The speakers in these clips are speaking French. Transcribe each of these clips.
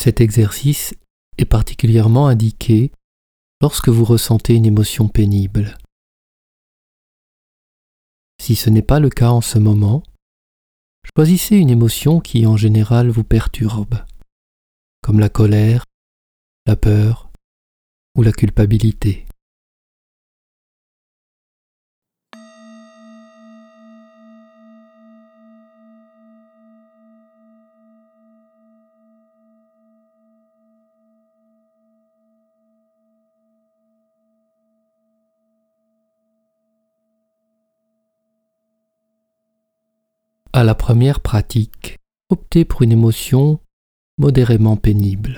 Cet exercice est particulièrement indiqué lorsque vous ressentez une émotion pénible. Si ce n'est pas le cas en ce moment, choisissez une émotion qui en général vous perturbe, comme la colère, la peur ou la culpabilité. À la première pratique, optez pour une émotion modérément pénible.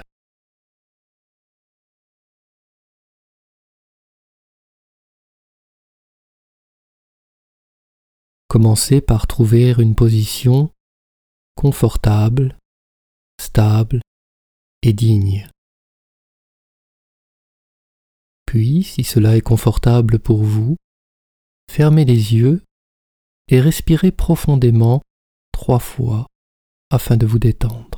Commencez par trouver une position confortable, stable et digne. Puis, si cela est confortable pour vous, fermez les yeux et respirez profondément 3 fois afin de vous détendre.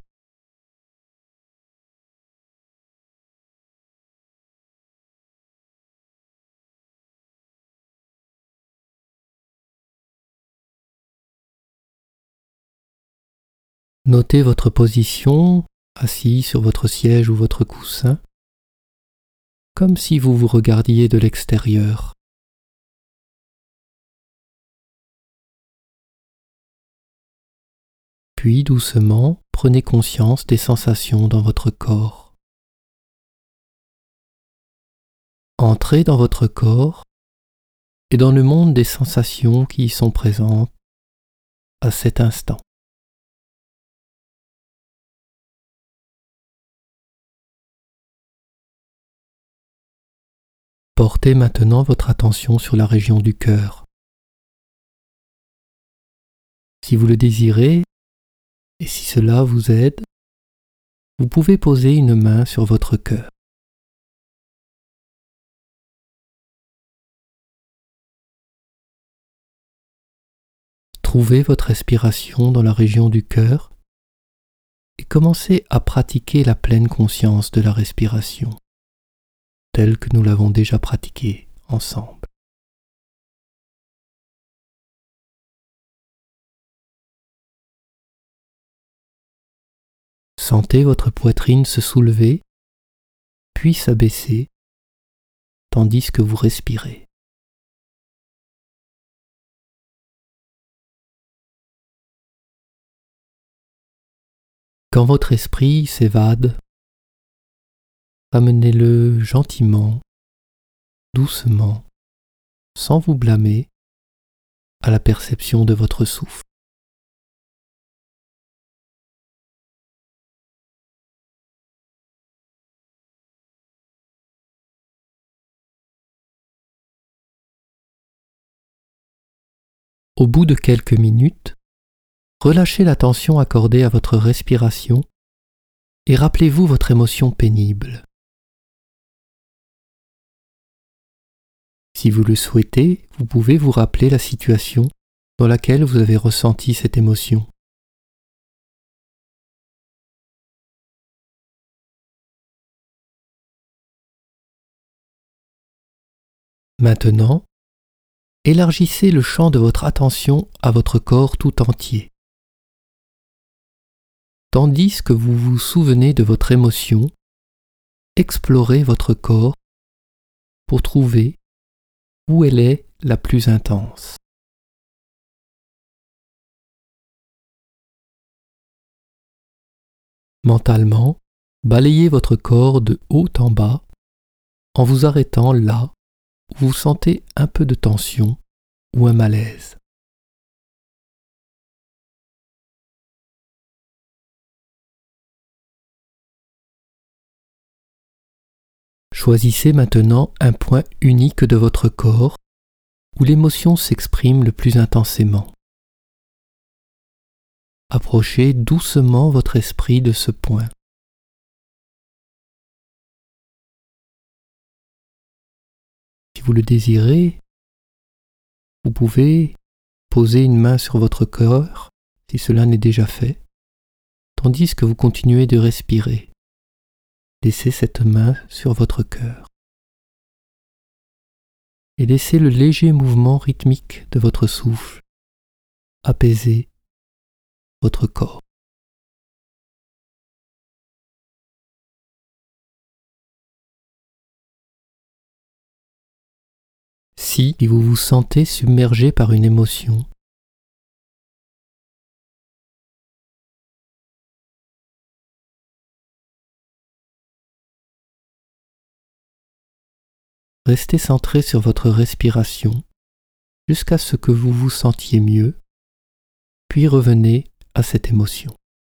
Notez votre position, assis sur votre siège ou votre coussin, comme si vous vous regardiez de l'extérieur. Puis doucement, prenez conscience des sensations dans votre corps. Entrez dans votre corps et dans le monde des sensations qui y sont présentes à cet instant. Portez maintenant votre attention sur la région du cœur. Si vous le désirez, et si cela vous aide, vous pouvez poser une main sur votre cœur. Trouvez votre respiration dans la région du cœur et commencez à pratiquer la pleine conscience de la respiration, telle que nous l'avons déjà pratiquée ensemble. Sentez votre poitrine se soulever, puis s'abaisser, tandis que vous respirez. Quand votre esprit s'évade, ramenez-le gentiment, doucement, sans vous blâmer, à la perception de votre souffle. Au bout de quelques minutes, relâchez la tension accordée à votre respiration et rappelez-vous votre émotion pénible. Si vous le souhaitez, vous pouvez vous rappeler la situation dans laquelle vous avez ressenti cette émotion. Maintenant, élargissez le champ de votre attention à votre corps tout entier. Tandis que vous vous souvenez de votre émotion, explorez votre corps pour trouver où elle est la plus intense. Mentalement, balayez votre corps de haut en bas en vous arrêtant là où vous sentez un peu de tension ou un malaise. Choisissez maintenant un point unique de votre corps où l'émotion s'exprime le plus intensément. Approchez doucement votre esprit de ce point. Si vous le désirez, vous pouvez poser une main sur votre cœur si cela n'est déjà fait, tandis que vous continuez de respirer. Laissez cette main sur votre cœur. Et laissez le léger mouvement rythmique de votre souffle apaiser votre corps. Si vous vous sentez submergé par une émotion, restez centré sur votre respiration jusqu'à ce que vous vous sentiez mieux, puis revenez à cette émotion.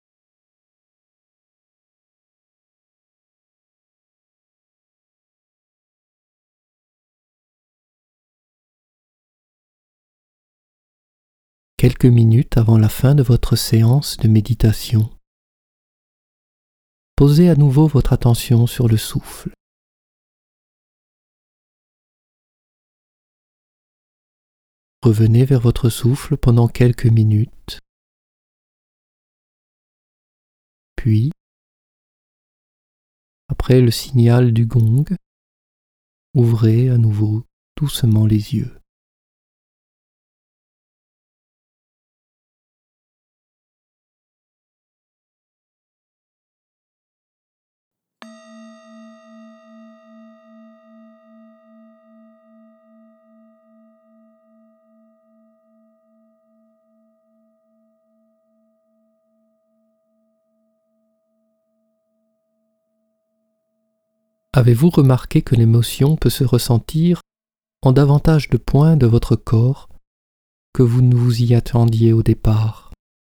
Quelques minutes avant la fin de votre séance de méditation, posez à nouveau votre attention sur le souffle. Revenez vers votre souffle pendant quelques minutes, puis, après le signal du gong, ouvrez à nouveau doucement les yeux. Avez-vous remarqué que l'émotion peut se ressentir en davantage de points de votre corps que vous ne vous y attendiez au départ?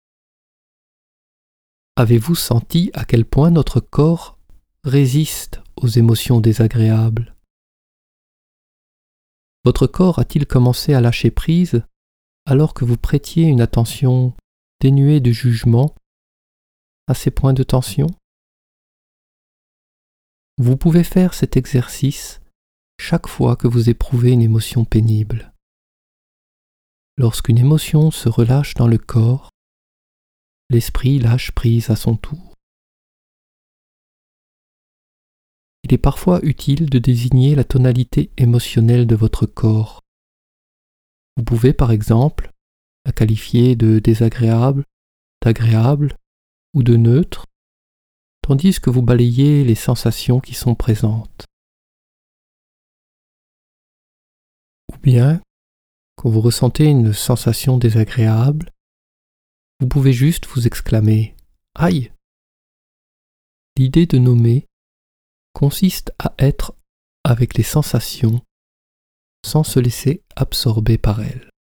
Avez-vous senti à quel point notre corps résiste aux émotions désagréables? Votre corps a-t-il commencé à lâcher prise alors que vous prêtiez une attention dénuée de jugement à ces points de tension? Vous pouvez faire cet exercice chaque fois que vous éprouvez une émotion pénible. Lorsqu'une émotion se relâche dans le corps, l'esprit lâche prise à son tour. Il est parfois utile de désigner la tonalité émotionnelle de votre corps. Vous pouvez par exemple la qualifier de désagréable, d'agréable ou de neutre, tandis que vous balayez les sensations qui sont présentes. Ou bien, quand vous ressentez une sensation désagréable, vous pouvez juste vous exclamer « Aïe !» L'idée de nommer consiste à être avec les sensations sans se laisser absorber par elles.